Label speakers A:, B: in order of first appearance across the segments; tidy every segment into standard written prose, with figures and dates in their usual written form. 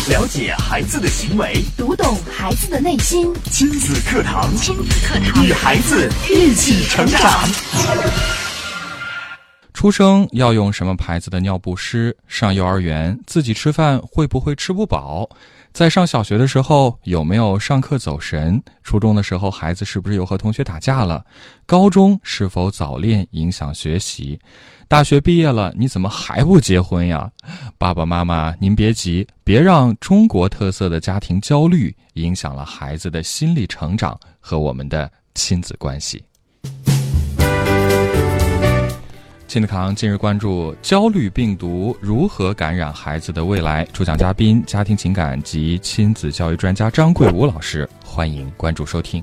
A: 了解孩子的行为，
B: 读懂孩子的内心。
A: 亲子课堂，与孩子一起成长。
C: 出生要用什么牌子的尿不湿？上幼儿园自己吃饭会不会吃不饱？在上小学的时候有没有上课走神？初中的时候孩子是不是有和同学打架了？高中是否早恋影响学习？大学毕业了你怎么还不结婚呀？爸爸妈妈您别急，别让中国特色的家庭焦虑影响了孩子的心理成长和我们的亲子关系。亲子堂近日关注焦虑病毒如何感染孩子的未来，主讲嘉宾家庭情感及亲子教育专家张桂武老师，欢迎关注收听。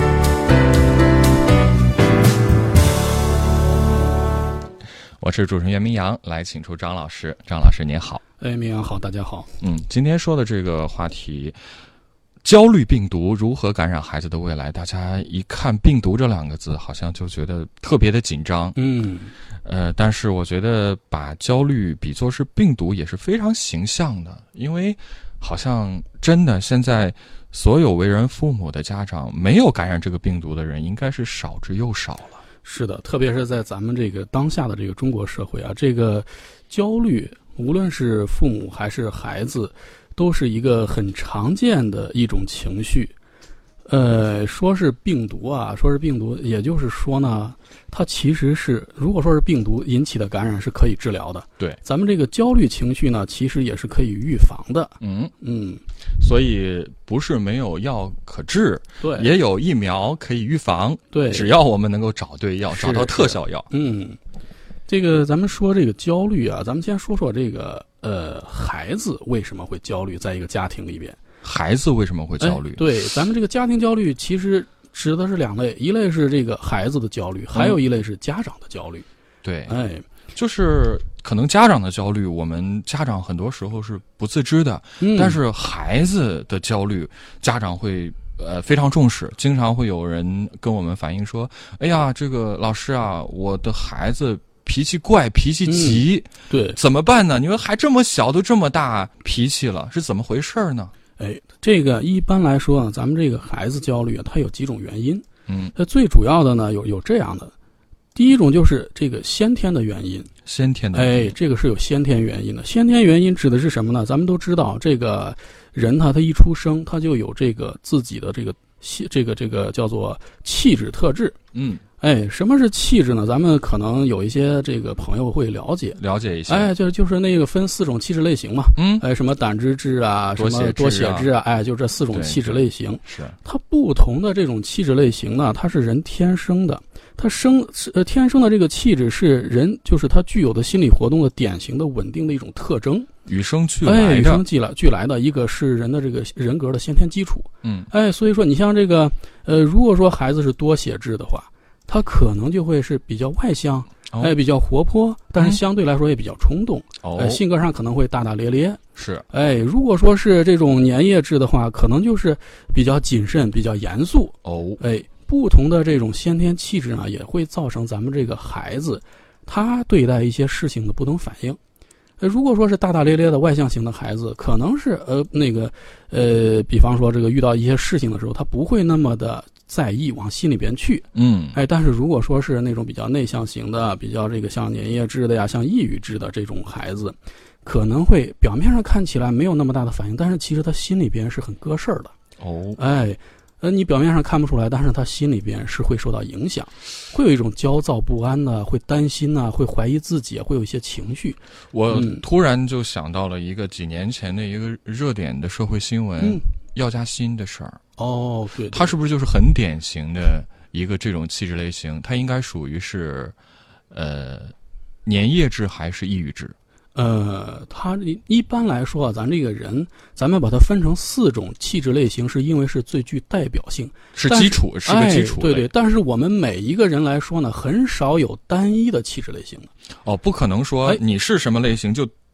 C: 我是主持人袁明阳，来请出张老师。张老师您好。
D: 明阳好，大家好。
C: 今天说的这个话题，焦虑病毒如何感染孩子的未来，大家一看病毒这两个字好像就觉得特别的紧张。但是我觉得把焦虑比作是病毒也是非常形象的，因为好像真的现在所有为人父母的家长没有感染这个病毒的人应该是少之又少了。
D: 是的，特别是在咱们这个当下的这个中国社会啊，这个焦虑无论是父母还是孩子都是一个很常见的一种情绪。说是病毒啊，也就是说呢，它其实是，如果说是病毒引起的感染是可以治疗的。对，咱们这个焦虑情绪呢，其实也是可以预防的。
C: 所以不是没有药可治，对，也有疫苗可以预防。对，只要我们能够找对药，找到特效药。
D: 这个咱们说这个焦虑啊，咱们先说说这个孩子为什么会焦虑，在一个家庭里边。
C: 孩子为什么会焦虑？
D: 对，咱们这个家庭焦虑其实指的是两类，一类是这个孩子的焦虑，还有一类是家长的焦虑。
C: 对，就是可能家长的焦虑，我们家长很多时候是不自知的，但是孩子的焦虑，家长会非常重视，经常会有人跟我们反映说：“哎呀，这个老师啊，我的孩子脾气怪，脾气急，
D: 对，
C: 怎么办呢？你说还这么小，都这么大脾气了，是怎么回事呢？”
D: 这个一般来说啊，咱们这个孩子焦虑啊，它有几种原因。最主要的呢有这样的，第一种就是这个先天的原因。这个是有先天原因的。先天原因指的是什么呢？咱们都知道，这个人他一出生他就有这个自己的这个叫做气质特质。什么是气质呢？咱们可能有一些这个朋友会了解一些。就是那个分4种气质类型嘛。什么胆汁质啊，什么多血质啊，就这4种气质类型。是它不同的这种气质类型呢，它是人天生的。它天生的这个气质是人，就是它具有的心理活动的典型的稳定的一种特征，
C: 与生俱来
D: 的一个是人的这个人格的先天基础。所以说你像这个如果说孩子是多血质的话，他可能就会是比较外向，比较活泼，但是相对来说也比较冲动，性格上可能会大大咧咧。
C: 是，
D: 如果说是这种粘液质的话，可能就是比较谨慎，比较严肃。不同的这种先天气质呢，也会造成咱们这个孩子他对待一些事情的不同反应。如果说是大大咧咧的外向型的孩子，可能是比方说这个遇到一些事情的时候，他不会那么的在意，往心里边去。但是如果说是那种比较内向型的，比较这个像粘液质的呀，像抑郁质的这种孩子，可能会表面上看起来没有那么大的反应，但是其实他心里边是很搁事儿的。你表面上看不出来，但是他心里边是会受到影响，会有一种焦躁不安的，会担心啊，会怀疑自己，会有一些情绪。
C: 我突然就想到了一个几年前的一个热点的社会新闻，药家鑫的事儿。
D: 对，
C: 他是不是就是很典型的一个这种气质类型？他应该属于是粘液质还是抑郁质？
D: 他一般来说啊，咱这个人，咱们把它分成4种气质类型，是因为是最具代表性，
C: 是基础，是个基础。
D: 对，但是我们每一个人来说呢，很少有单一的气质类型的。
C: 不可能说你是什么类型就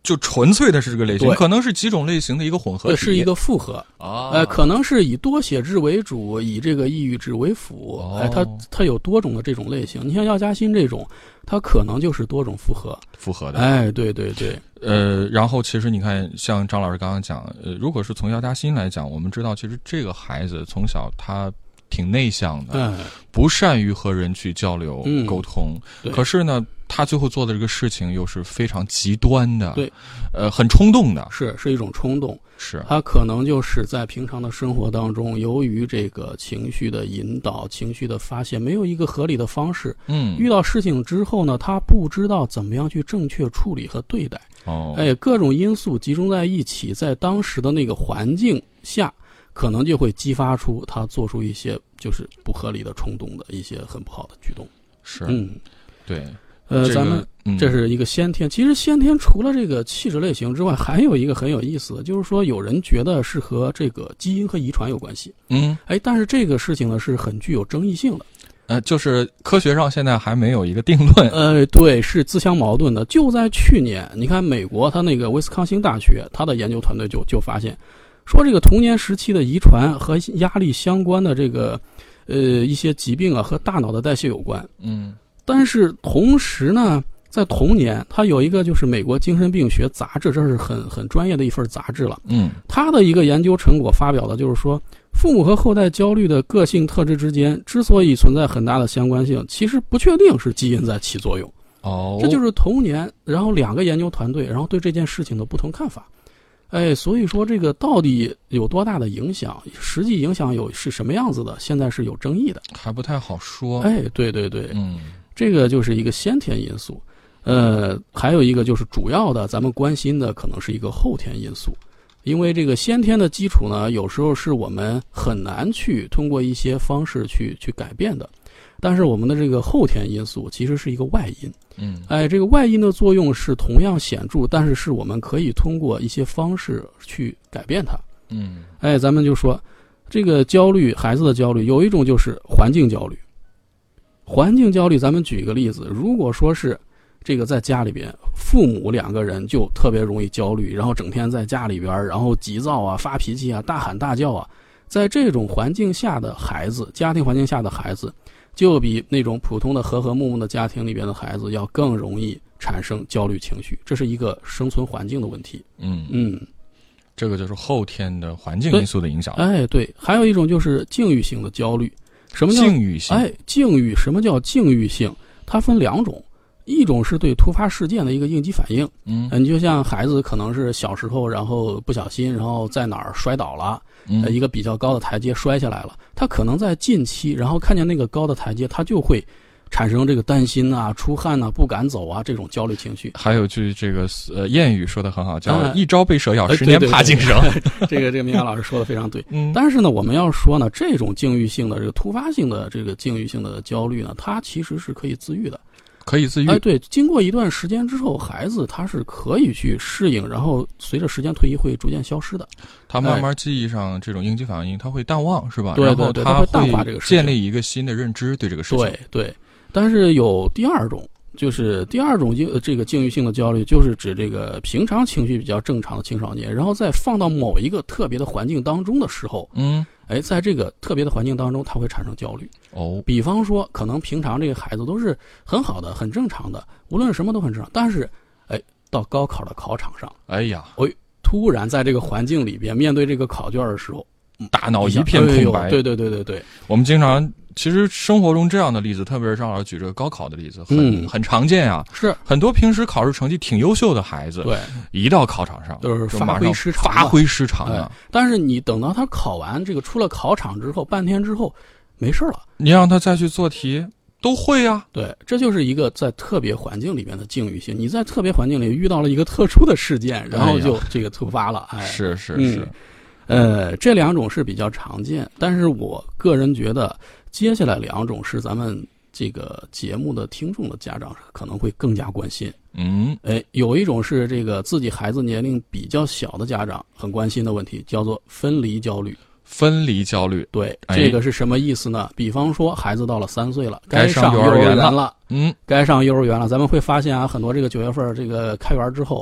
C: 就纯粹的是这个类型，可能是几种类型的一个混合体，
D: 是一个复合可能是以多血质为主，以这个抑郁质为辅，它有多种的这种类型。你像药家锌这种，它可能就是多种复合的。对对对。
C: 然后其实你看，像张老师刚刚讲，如果是从药家锌来讲，我们知道其实这个孩子从小他挺内向的，不善于和人去交流沟通，可是呢他最后做的这个事情又是非常极端的，
D: 对，
C: 很冲动的，
D: 是一种冲动，
C: 是
D: 他可能就是在平常的生活当中，由于这个情绪的引导、情绪的发泄，没有一个合理的方式，遇到事情之后呢，他不知道怎么样去正确处理和对待，各种因素集中在一起，在当时的那个环境下，可能就会激发出他做出一些就是不合理的冲动的一些很不好的举动，
C: 是，对。
D: 咱们这是一个先天，其实先天除了这个气质类型之外，还有一个很有意思的，就是说有人觉得是和这个基因和遗传有关系，但是这个事情呢是很具有争议性的，
C: 就是科学上现在还没有一个定论，
D: 对，是自相矛盾的。就在去年，你看美国他那个威斯康星大学，他的研究团队就发现，说这个童年时期的遗传和压力相关的这个一些疾病啊，和大脑的代谢有关，但是同时呢，在同年，它有一个就是美国精神病学杂志，这是很专业的一份杂志了。它的一个研究成果发表的就是说，父母和后代焦虑的个性特质之间之所以存在很大的相关性，其实不确定是基因在起作用。这就是同年，然后两个研究团队，然后对这件事情的不同看法。所以说这个到底有多大的影响，实际影响是什么样子的，现在是有争议的，
C: 还不太好说。
D: 对对对，这个就是一个先天因素，还有一个就是主要的咱们关心的可能是一个后天因素，因为这个先天的基础呢，有时候是我们很难去通过一些方式去改变的，但是我们的这个后天因素其实是一个外因，这个外因的作用是同样显著，但是我们可以通过一些方式去改变它，咱们就说这个焦虑，孩子的焦虑有一种就是环境焦虑。环境焦虑，咱们举一个例子，如果说是这个在家里边，父母两个人就特别容易焦虑，然后整天在家里边，然后急躁啊、发脾气啊、大喊大叫啊，在这种环境下的孩子，家庭环境下的孩子，就比那种普通的和和睦睦的家庭里边的孩子要更容易产生焦虑情绪，这是一个生存环境的问题。
C: 这个就是后天的环境因素的影响。
D: 对，还有一种就是境遇性的焦虑。什么叫
C: 境遇性？
D: 境遇，什么叫境遇性？它分两种，一种是对突发事件的一个应激反应，你就像孩子可能是小时候，然后不小心，然后在哪儿摔倒了，一个比较高的台阶摔下来了，他可能在近期，然后看见那个高的台阶，他就会产生这个担心啊、出汗啊、不敢走啊这种焦虑情绪。
C: 还有句这个谚语说的很好，叫一朝被蛇咬，10年怕井绳。
D: 这个明阳老师说的非常对。但是呢，我们要说呢，这种境遇性的这个突发性的这个境遇性的焦虑呢，它其实是可以自愈的。
C: 可以自愈。
D: 对，经过一段时间之后，孩子他是可以去适应，然后随着时间推移会逐渐消失的。
C: 他慢慢记忆上这种应激反应，他会淡忘，是吧？
D: 对，
C: 然后
D: 他会淡化这个事情，
C: 建立一个新的认知对这个事情。
D: 对。但是有第二种，就是第二种这个境遇性的焦虑，就是指这个平常情绪比较正常的青少年，然后再放到某一个特别的环境当中的时候，在这个特别的环境当中，他会产生焦虑。比方说，可能平常这个孩子都是很好的、很正常的，无论什么都很正常，但是，到高考的考场上，突然在这个环境里边面对这个考卷的时候，
C: 大脑一片空白。
D: 对。
C: 我们经常。其实生活中这样的例子，特别是张老师举这个高考的例子，很常见啊。
D: 是
C: 很多平时考试成绩挺优秀的孩子，
D: 对，
C: 一到考场上
D: 就是发
C: 挥失常啊。
D: 但是你等到他考完这个出了考场之后，半天之后没事了，
C: 你让他再去做题都会啊。
D: 对，这就是一个在特别环境里面的境遇性。你在特别环境里遇到了一个特殊的事件，然后就这个突发了。
C: 是。
D: 这两种是比较常见，但是我个人觉得接下来两种是咱们这个节目的听众的家长可能会更加关心。有一种是这个自己孩子年龄比较小的家长很关心的问题，叫做分离焦虑。对，这个是什么意思呢？比方说孩子到了3岁了，该上幼儿园了。该上幼儿园了。咱们会发现啊，很多这个9月份这个开园之后，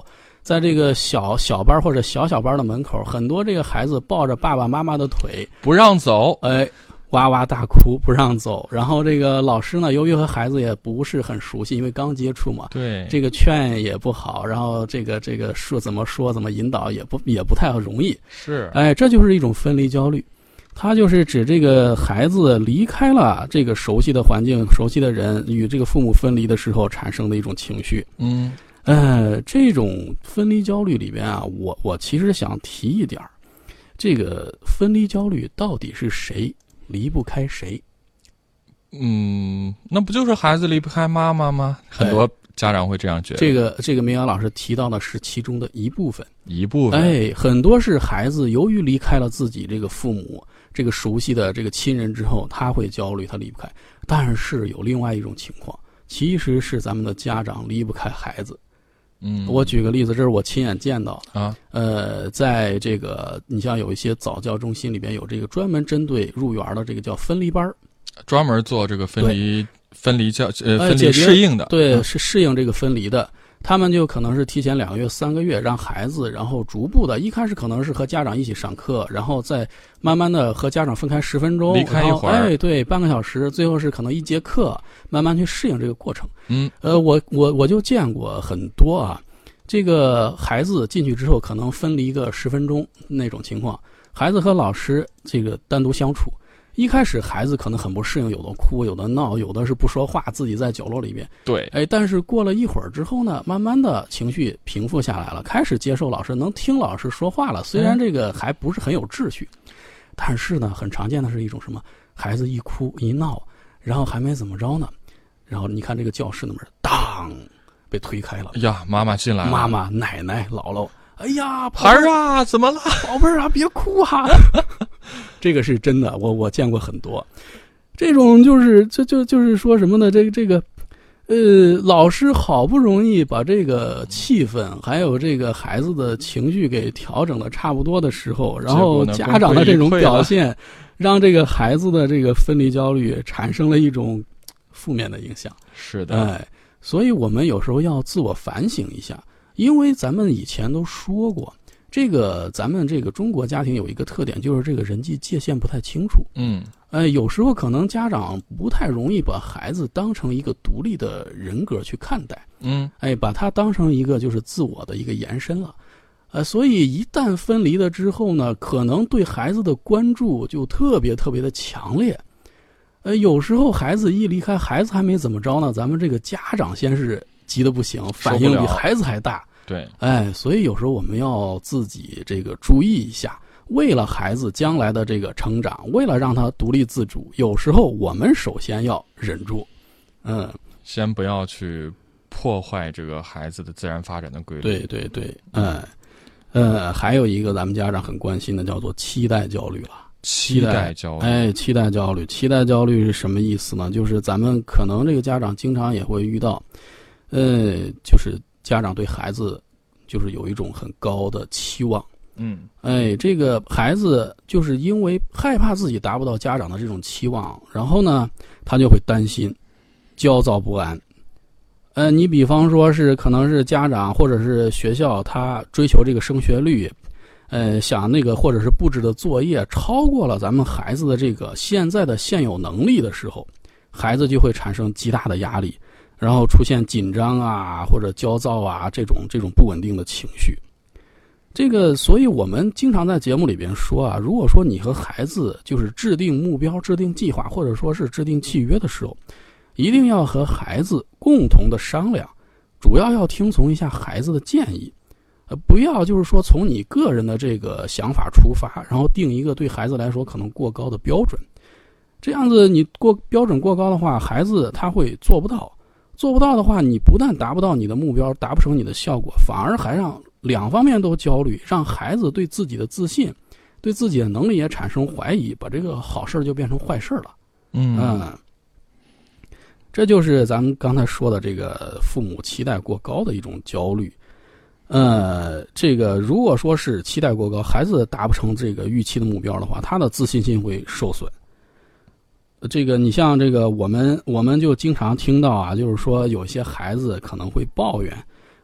D: 在这个小班或者小班的门口，很多这个孩子抱着爸爸妈妈的腿
C: 不让走，
D: 哇哇大哭不让走。然后这个老师呢，由于和孩子也不是很熟悉，因为刚接触嘛，
C: 对，
D: 这个劝也不好，然后这个怎么引导也不太容易。
C: 是，
D: 这就是一种分离焦虑。它就是指这个孩子离开了这个熟悉的环境、熟悉的人，与这个父母分离的时候产生的一种情绪。这种分离焦虑里边啊，我其实想提一点，这个分离焦虑到底是谁离不开谁？
C: 那不就是孩子离不开妈妈吗？很多家长会这样觉得。
D: 这个明阳老师提到的是其中的一部分。很多是孩子由于离开了自己这个父母，这个熟悉的这个亲人之后，他会焦虑，他离不开。但是有另外一种情况，其实是咱们的家长离不开孩子。我举个例子，这是我亲眼见到的啊。在这个你像有一些早教中心里边有这个专门针对入园的这个叫分离班，专
C: 门做这个分离适应的，
D: 对，是适应这个分离的。他们就可能是提前2个月、3个月，让孩子然后逐步的，一开始可能是和家长一起上课，然后再慢慢的和家长分开10分钟，
C: 离开一会儿，
D: 对，半个小时，最后是可能1节课，慢慢去适应这个过程。我就见过很多啊，这个孩子进去之后可能分离个10分钟那种情况，孩子和老师这个单独相处。一开始孩子可能很不适应，有的哭，有的闹，有的是不说话，自己在角落里边。
C: 对，
D: 但是过了一会儿之后呢，慢慢的情绪平复下来了，开始接受老师，能听老师说话了。虽然这个还不是很有秩序，但是呢，很常见的是一种什么？孩子一哭一闹，然后还没怎么着呢，然后你看这个教室的门，当被推开了。
C: 呀，妈妈进来了，
D: 妈妈、奶奶、姥姥。哎呀，
C: 孩儿啊，怎么了？
D: 宝贝儿啊，别哭啊！这个是真的，我见过很多。这种就是说什么呢？这个，老师好不容易把这个气氛还有这个孩子的情绪给调整的差不多的时候，然后家长的这种表现，让这个孩子的这个分离焦虑产生了一种负面的影响。
C: 是的，
D: 所以我们有时候要自我反省一下。因为咱们以前都说过，咱们这个中国家庭有一个特点，就是这个人际界限不太清楚。有时候可能家长不太容易把孩子当成一个独立的人格去看待。把他当成一个就是自我的一个延伸了。所以一旦分离了之后呢，可能对孩子的关注就特别特别的强烈。有时候孩子一离开，孩子还没怎么着呢，咱们这个家长先是急得不行，反应比孩子还大。
C: 对，
D: 所以有时候我们要自己这个注意一下，为了孩子将来的这个成长，为了让他独立自主，有时候我们首先要忍住，
C: 先不要去破坏这个孩子的自然发展的规律。
D: 对，还有一个咱们家长很关心的叫做期待焦虑了。期待焦虑，期待焦虑是什么意思呢？就是咱们可能这个家长经常也会遇到。就是家长对孩子就是有一种很高的期望。这个孩子就是因为害怕自己达不到家长的这种期望，然后呢，他就会担心、焦躁不安。你比方说是可能是家长或者是学校，他追求这个升学率，想那个或者是布置的作业超过了咱们孩子的这个现在的现有能力的时候，孩子就会产生极大的压力。然后出现紧张啊，或者焦躁啊，这种不稳定的情绪。所以我们经常在节目里边说啊，如果说你和孩子就是制定目标、制定计划，或者说是制定契约的时候，一定要和孩子共同的商量，主要要听从一下孩子的建议，不要就是说从你个人的这个想法出发，然后定一个对孩子来说可能过高的标准。这样子你标准过高的话，孩子他会做不到。做不到的话，你不但达不到你的目标，达不成你的效果，反而还让两方面都焦虑，让孩子对自己的自信、对自己的能力也产生怀疑，把这个好事就变成坏事了。这就是咱们刚才说的这个父母期待过高的一种焦虑。这个如果说是期待过高，孩子达不成这个预期的目标的话，他的自信心会受损。你像我们就经常听到啊，就是说有些孩子可能会抱怨，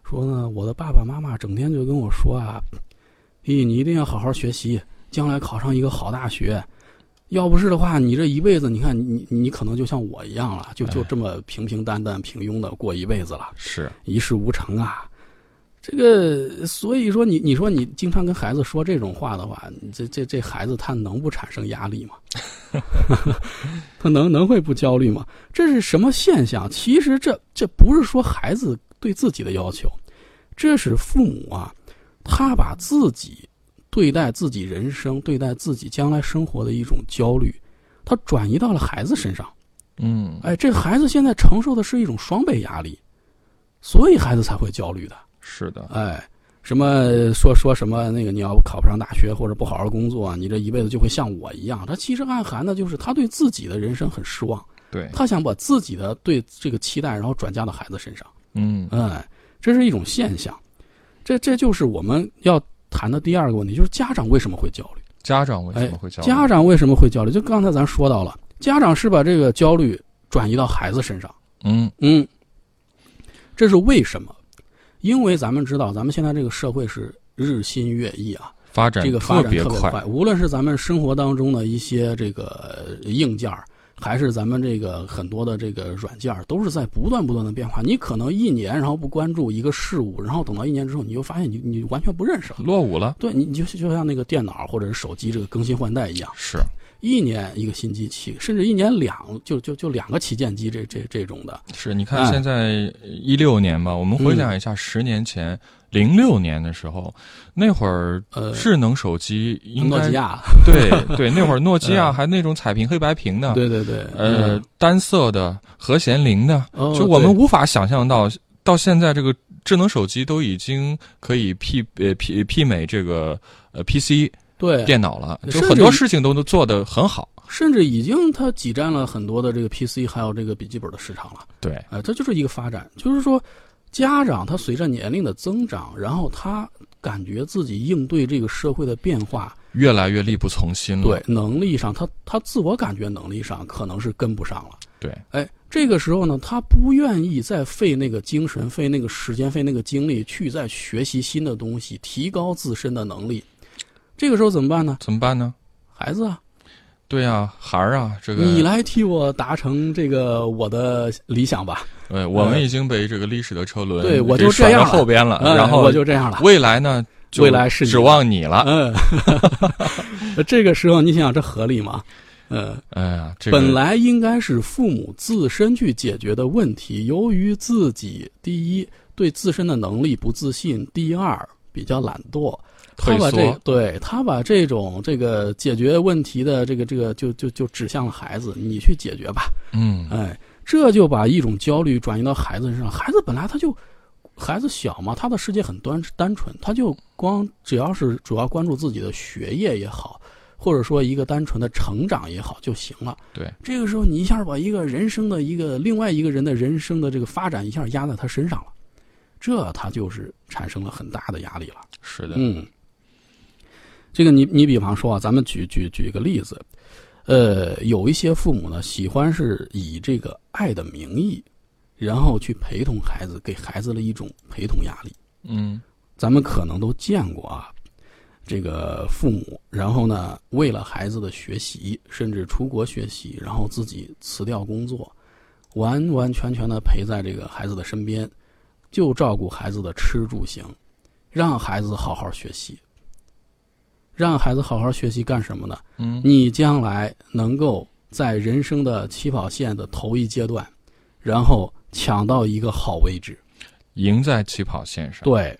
D: 说呢，我的爸爸妈妈整天就跟我说啊，你一定要好好学习，将来考上一个好大学。要不是的话，你这一辈子，你看你可能就像我一样了，就这么平平淡淡、平庸的过一辈子了，
C: 是
D: 一事无成啊。这个，所以说你说你经常跟孩子说这种话的话，这孩子他能不产生压力吗？他能会不焦虑吗？这是什么现象？其实这不是说孩子对自己的要求，这是父母啊，他把自己对待自己人生、对待自己将来生活的一种焦虑，他转移到了孩子身上。这孩子现在承受的是一种双倍压力，所以孩子才会焦虑的。
C: 是的，
D: 什么说什么那个你要考不上大学或者不好好工作，你这一辈子就会像我一样。他其实暗含的就是他对自己的人生很失望，
C: 对，
D: 他想把自己的对这个期待然后转嫁到孩子身上。这是一种现象。这就是我们要谈的第二个问题，就是家长为什么会焦虑？
C: 家长为什么会焦虑？
D: 家长为什么会焦虑？就刚才咱说到了，家长是把这个焦虑转移到孩子身上。这是为什么？因为咱们知道，咱们现在这个社会是日新月异啊，
C: 发展
D: 特别快。无论是咱们生活当中的一些这个硬件，还是咱们这个很多的这个软件，都是在不断的变化。你可能一年然后不关注一个事物，然后等到1年之后，你就发现你完全不认识了，
C: 落伍了。
D: 对，你就像那个电脑或者是手机这个更新换代一样，
C: 是
D: 1年一个新机器，甚至1年就2个旗舰机这种的。
C: 是，你看现在16年吧，我们回想一下10年前06年的时候，那会儿智能手机应该
D: 诺基亚，
C: 对，那会儿诺基亚还那种彩屏黑白屏的，
D: 对，
C: 单色的和弦铃的，就我们无法想象到现在这个智能手机都已经可以媲美这个PC
D: 对
C: 电脑了，就很多事情都做得很好，
D: 甚至已经它挤占了很多的这个 PC 还有这个笔记本的市场了。
C: 对，
D: 这就是一个发展，就是说家长他随着年龄的增长，然后他感觉自己应对这个社会的变化
C: 越来越力不从心了。
D: 对，能力上他自我感觉能力上可能是跟不上了。
C: 对，
D: 这个时候呢，他不愿意再费那个精神、费那个时间、费那个精力去再学习新的东西，提高自身的能力。这个时候怎么办呢？孩子啊，
C: 对啊，孩儿啊，这个
D: 你来替我达成这个我的理想吧。
C: 我们已经被这个历史的车轮
D: 对我就这样
C: 后边了，然后
D: 我就这样了。
C: 未来呢？
D: 未来是
C: 指望你了。
D: 这个时候你想想，这合理吗？本来应该是父母自身去解决的问题，由于自己第一对自身的能力不自信，第二比较懒惰。他把这种解决问题的这个就指向了孩子，你去解决吧。这就把一种焦虑转移到孩子身上。孩子本来孩子小嘛，他的世界很单纯，他就只要是主要关注自己的学业也好，或者说一个单纯的成长也好就行了。
C: 对，
D: 这个时候你一下把一个人生的另外一个人的人生的这个发展一下压在他身上了，这他就是产生了很大的压力了。
C: 是的，
D: 这个你比方说啊，咱们举一个例子，有一些父母呢喜欢是以这个爱的名义，然后去陪同孩子，给孩子的一种陪同压力。咱们可能都见过啊，这个父母，然后呢为了孩子的学习，甚至出国学习，然后自己辞掉工作，完完全全的陪在这个孩子的身边，就照顾孩子的吃住行，让孩子好好学习。让孩子好好学习干什么呢？你将来能够在人生的起跑线的头一阶段，然后抢到一个好位置，
C: 赢在起跑线上。
D: 对，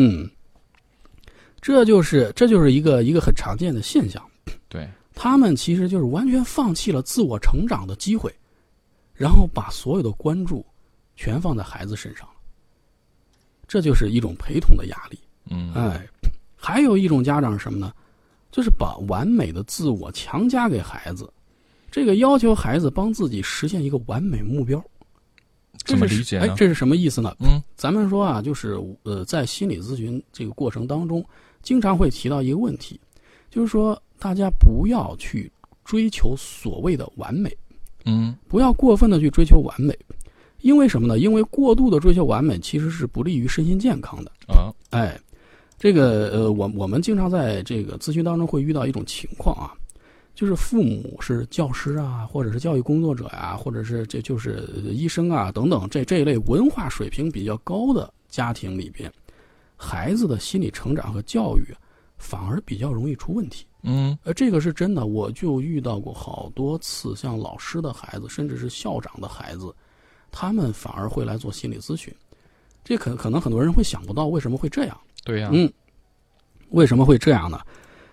D: 这就是一个很常见的现象。
C: 对，
D: 他们其实就是完全放弃了自我成长的机会，然后把所有的关注全放在孩子身上了。这就是一种陪同的压力。还有一种家长是什么呢？就是把完美的自我强加给孩子，这个要求孩子帮自己实现一个完美目标。
C: 怎么理解呢？
D: 这是什么意思呢？咱们说啊，就是在心理咨询这个过程当中，经常会提到一个问题，就是说大家不要去追求所谓的完美，不要过分的去追求完美。 因为什么呢？因为过度的追求完美其实是不利于身心健康的
C: 啊。
D: 这个我们经常在这个咨询当中会遇到一种情况啊，就是父母是教师啊，或者是教育工作者呀，或者是这就是医生啊等等这一类文化水平比较高的家庭里边，孩子的心理成长和教育反而比较容易出问题。这个是真的，我就遇到过好多次，像老师的孩子，甚至是校长的孩子，他们反而会来做心理咨询。这可能很多人会想不到为什么会这样。
C: 对呀。
D: 为什么会这样呢？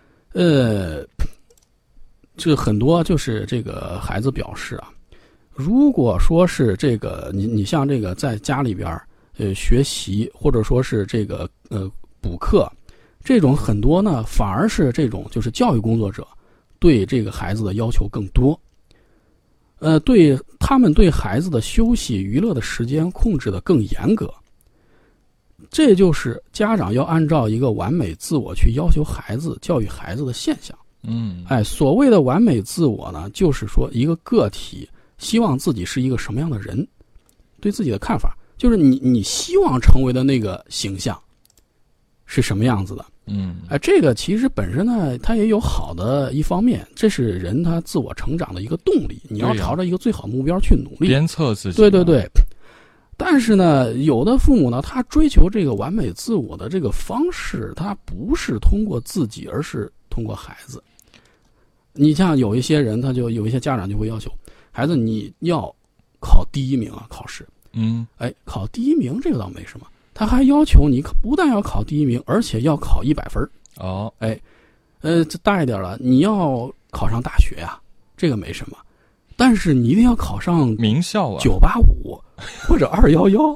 D: 这很多就是这个孩子表示啊，如果说是这个你像这个在家里边学习，或者说是这个补课，这种很多呢反而是这种就是教育工作者对这个孩子的要求更多。对他们对孩子的休息娱乐的时间控制的更严格。这就是家长要按照一个完美自我去要求孩子、教育孩子的现象。所谓的完美自我呢，就是说一个个体希望自己是一个什么样的人，对自己的看法，就是你希望成为的那个形象是什么样子的。这个其实本身呢，它也有好的一方面，这是人他自我成长的一个动力，你要朝着一个最好目标去努力，
C: 鞭策自己。
D: 对。但是呢，有的父母呢，他追求这个完美自我的这个方式，他不是通过自己，而是通过孩子。你像有一些人，他就有一些家长就会要求孩子你要考第一名啊，考试。考第一名这个倒没什么，他还要求你不但要考第一名，而且要考100分。这大一点了，你要考上大学呀，这个没什么。但是你一定要考上
C: 名校啊
D: ，985或者211。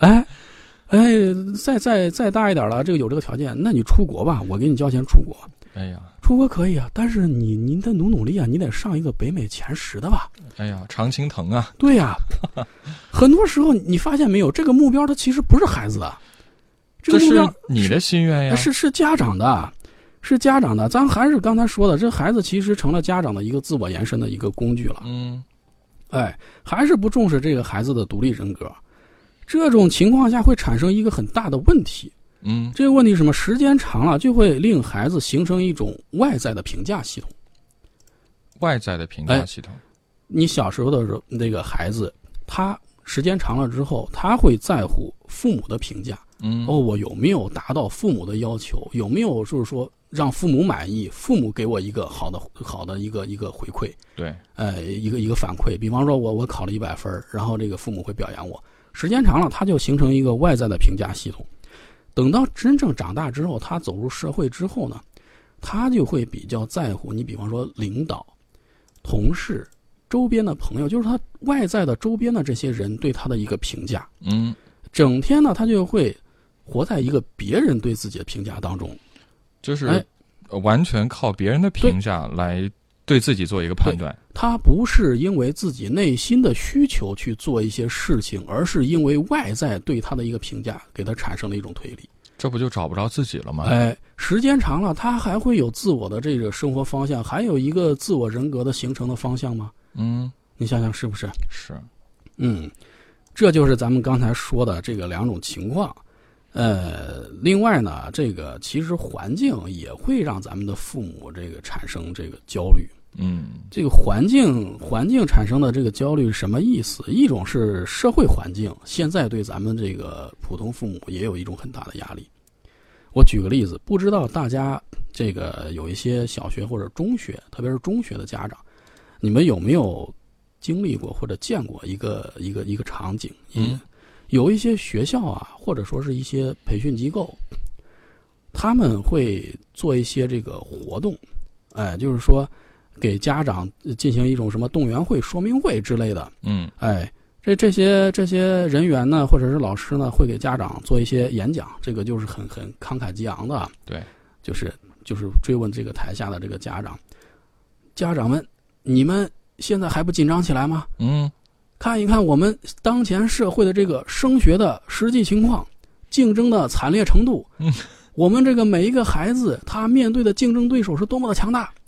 D: 再大一点了，这个有这个条件，那你出国吧，我给你交钱出国。出国可以啊，但是你得努力啊，你得上一个北美前10的吧。
C: 常青藤啊。
D: 对呀。很多时候你发现没有，这个目标它其实不是孩子的，
C: 这是你的心愿呀。
D: 是家长的。是家长的，咱还是刚才说的，这孩子其实成了家长的一个自我延伸的一个工具了。还是不重视这个孩子的独立人格，这种情况下会产生一个很大的问题。这个问题是什么？时间长了就会令孩子形成一种外在的评价系统。
C: 外在的评价系统。
D: 你小时候的时候，那个孩子，他时间长了之后，他会在乎父母的评价。我有没有达到父母的要求？有没有就是说让父母满意？父母给我一个好的一个回馈。
C: 对。
D: 一个反馈。比方说我考了100分，然后这个父母会表扬我。时间长了，他就形成一个外在的评价系统。等到真正长大之后，他走入社会之后呢，他就会比较在乎你，比方说领导、同事、周边的朋友，就是他外在的周边的这些人对他的一个评价。整天呢，他就会活在一个别人对自己的评价当中，
C: 就是完全靠别人的评价来对自己做一个判断。
D: 他不是因为自己内心的需求去做一些事情，而是因为外在对他的一个评价给他产生了一种推理。
C: 这不就找不着自己了吗？
D: 时间长了，他还会有自我的这个生活方向，还有一个自我人格的形成的方向吗？你想想是不是？
C: 是。
D: 这就是咱们刚才说的这个2种情况。另外呢，这个其实环境也会让咱们的父母这个产生这个焦虑。这个环境产生的这个焦虑是什么意思？一种是社会环境，现在对咱们这个普通父母也有一种很大的压力。我举个例子，不知道大家这个有一些小学或者中学，特别是中学的家长，你们有没有经历过或者见过一个场景？有一些学校啊，或者说是一些培训机构，他们会做一些这个活动，就是说给家长进行一种什么动员会、说明会之类的。这些人员呢，或者是老师呢，会给家长做一些演讲，这个就是很慷慨激昂的。
C: 对，
D: 就是追问这个台下的这个家长们，你们现在还不紧张起来吗？看一看我们当前社会的这个升学的实际情况，竞争的惨烈程度。我们这个每一个孩子他面对的竞争对手是多么的强大。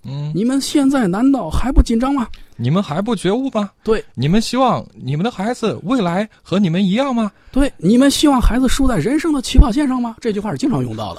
D: 你们现在难道还不紧张吗？
C: 你们还不觉悟吗？
D: 对，
C: 你们希望你们的孩子未来和你们一样吗？
D: 对，你们希望孩子输在人生的起跑线上吗？这句话是经常用到的。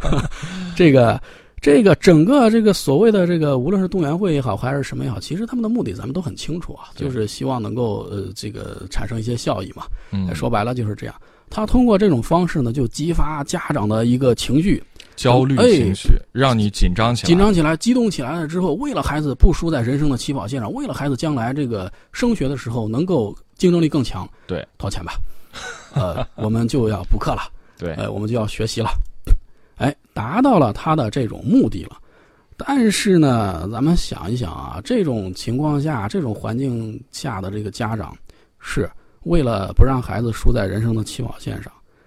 D: 这个整个这个所谓的这个，无论是动员会也好，还是什么也好，其实他们的目的咱们都很清楚啊，就是希望能够这个产生一些效益嘛。说白了就是这样。他通过这种方式呢，就激发家长的一个情绪。
C: 焦虑情绪，让你紧张起来，
D: 激动起来了之后，为了孩子不输在人生的起跑线上，为了孩子将来这个升学的时候能够竞争力更强，
C: 对，
D: 掏钱吧，我们就要补课了，
C: 对，
D: 我们就要学习了，达到了他的这种目的了。但是呢，咱们想一想啊，这种情况下，这种环境下的这个家长，是为了不让孩子输在人生的起跑线上，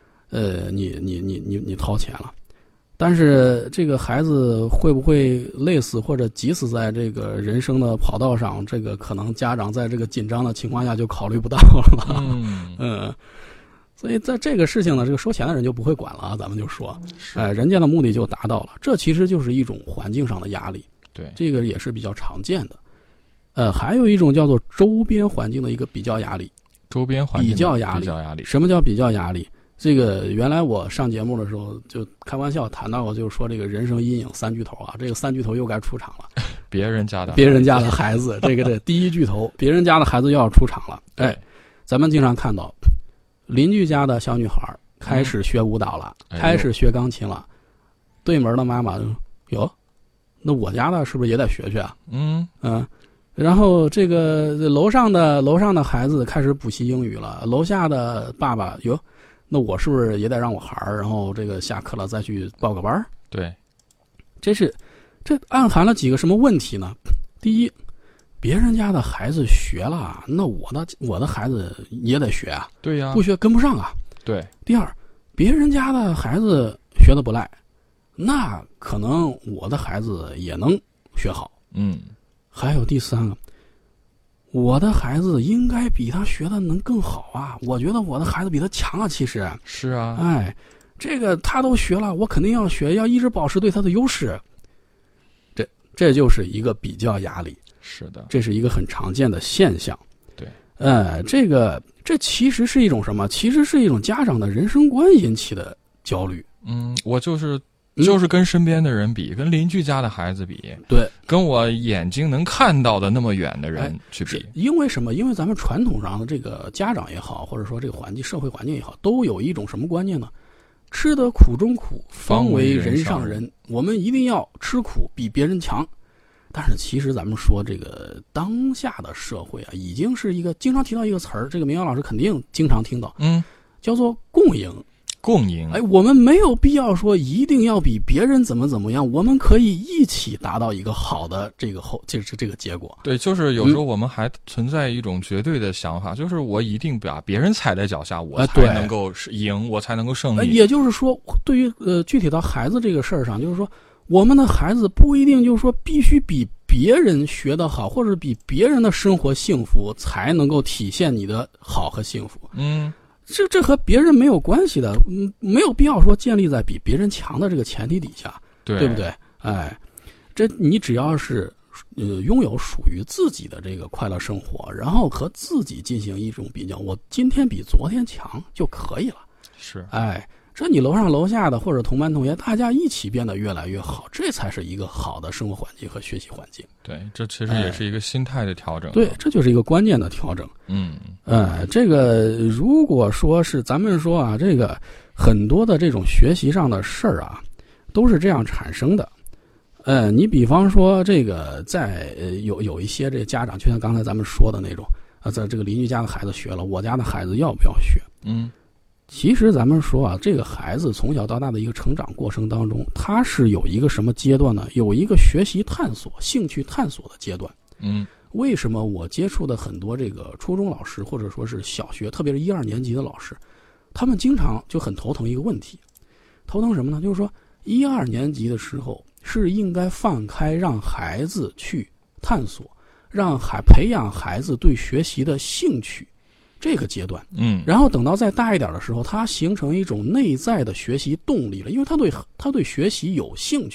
D: 你掏钱了。但是这个孩子会不会累死或者急死在这个人生的跑道上？这个可能家长在这个紧张的情况下就考虑不到了。所以在这个事情呢，这个收钱的人就不会管了啊，咱们就说，人家的目的就达到了。这其实就是一种环境上的压力，
C: 对，
D: 这个也是比较常见的。还有一种叫做周边环境的一个比较压力。
C: 周边环境
D: 比较压力。什么叫比较压力？这个原来我上节目的时候就开玩笑谈到过，就是说这个人生阴影三巨头啊，这个三巨头又该出场了。别人家的孩子，这第一巨头，别人家的孩子又要出场了。咱们经常看到邻居家的小女孩开始学舞蹈了，开始学钢琴了，对门的妈妈哟，那我家的是不是也得学学啊？然后这个楼上的孩子开始补习英语了，楼下的爸爸哟，那我是不是也得让我孩儿，然后这个下课了再去报个班？
C: 对，
D: 这暗含了几个什么问题呢？第一，别人家的孩子学了，那我的孩子也得学啊。
C: 对呀，
D: 不学跟不上啊。
C: 对。
D: 第二，别人家的孩子学得不赖，那可能我的孩子也能学好。还有第三个，我的孩子应该比他学的能更好啊！我觉得我的孩子比他强啊，其实
C: 是啊。
D: 这个他都学了，我肯定要学，要一直保持对他的优势。这就是一个比较压力。
C: 是的，
D: 这是一个很常见的现象。
C: 对，
D: 这其实是一种什么？其实是一种家长的人生观引起的焦虑。
C: 我就是跟身边的人比，跟邻居家的孩子比，
D: 对，
C: 跟我眼睛能看到的那么远的人去比。
D: 因为什么？因为咱们传统上的这个家长也好，或者说这个社会环境也好，都有一种什么观念呢？吃得苦中苦，方为人上人。我们一定要吃苦，比别人强。但是其实咱们说这个当下的社会啊，已经是一个经常提到一个词儿，这个明阳老师肯定经常听到，叫做共赢。我们没有必要说一定要比别人怎么样，我们可以一起达到一个好的这个结果。
C: 对，就是有时候我们还存在一种绝对的想法，就是我一定把别人踩在脚下，我才能够赢，我才能够胜利。
D: 也就是说，对于具体到孩子这个事儿上，就是说我们的孩子不一定就是说必须比别人学得好，或者比别人的生活幸福才能够体现你的好和幸福。这和别人没有关系的，没有必要说建立在比别人强的这个前提底下，对不对？这你只要是拥有属于自己的这个快乐生活，然后和自己进行一种比较，我今天比昨天强就可以了。
C: 是，
D: 这你楼上楼下的或者同班同学，大家一起变得越来越好，这才是一个好的生活环境和学习环境。
C: 对，这其实也是一个心态的调整。
D: 对，这就是一个关键的调整。这个如果说是咱们说啊，这个很多的这种学习上的事儿啊，都是这样产生的。你比方说这个在有一些这个家长，就像刚才咱们说的那种在这个邻居家的孩子学了，我家的孩子要不要学？其实咱们说啊，这个孩子从小到大的一个成长过程当中，他是有一个什么阶段呢？有一个学习探索、兴趣探索的阶段。为什么我接触的很多这个初中老师，或者说是小学，特别是1、2年级的老师，他们经常就很头疼一个问题，头疼什么呢？就是说1、2年级的时候是应该放开让孩子去探索，培养孩子对学习的兴趣。这个阶段，然后等到再大一点的时候，他形成一种内在的学习动力了，因为他对学习有兴趣，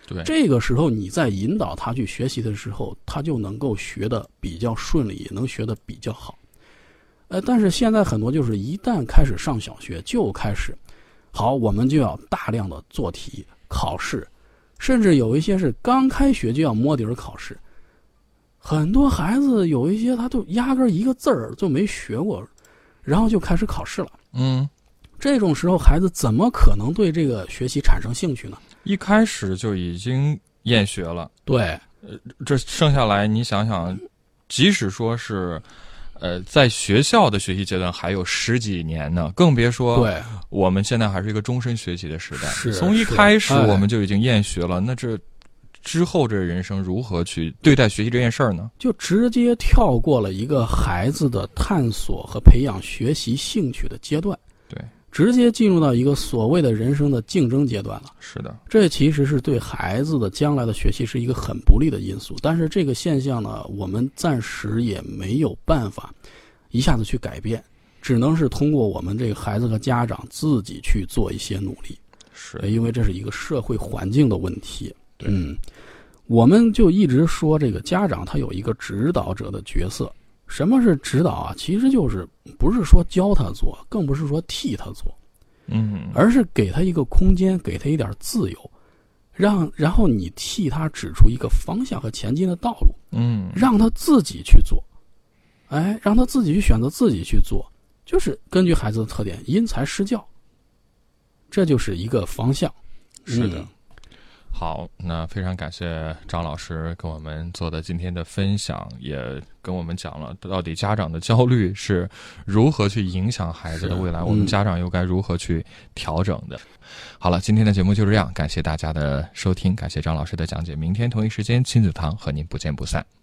C: 对，
D: 这个时候你在引导他去学习的时候，他就能够学得比较顺利，也能学得比较好。但是现在很多就是一旦开始上小学就开始，好，我们就要大量的做题考试，甚至有一些是刚开学就要摸底儿考试。很多孩子有一些他都压根一个字儿就没学过，然后就开始考试了。这种时候孩子怎么可能对这个学习产生兴趣呢？
C: 一开始就已经厌学了。
D: 对，
C: 这剩下来你想想，即使说是在学校的学习阶段还有10几年呢，更别说
D: 对
C: 我们现在还是一个终身学习的时代。
D: 是
C: 从一开始我们就已经厌学了，那这之后这人生如何去对待学习这件事儿呢？
D: 就直接跳过了一个孩子的探索和培养学习兴趣的阶段，
C: 对，
D: 直接进入到一个所谓的人生的竞争阶段了。
C: 是的，
D: 这其实是对孩子的将来的学习是一个很不利的因素。但是这个现象呢，我们暂时也没有办法一下子去改变，只能是通过我们这个孩子和家长自己去做一些努力。
C: 是，
D: 因为这是一个社会环境的问题。
C: 对，
D: 我们就一直说这个家长他有一个指导者的角色。什么是指导啊？其实就是不是说教他做，更不是说替他做，而是给他一个空间，给他一点自由，然后你替他指出一个方向和前进的道路，让他自己去做，让他自己去选择，自己去做，就是根据孩子的特点因材施教，这就是一个方向。
C: 是的。好，那非常感谢张老师跟我们做的今天的分享，也跟我们讲了到底家长的焦虑是如何去影响孩子的未来，我们家长又该如何去调整的。好了，今天的节目就这样，感谢大家的收听，感谢张老师的讲解，明天同一时间亲子堂和您不见不散。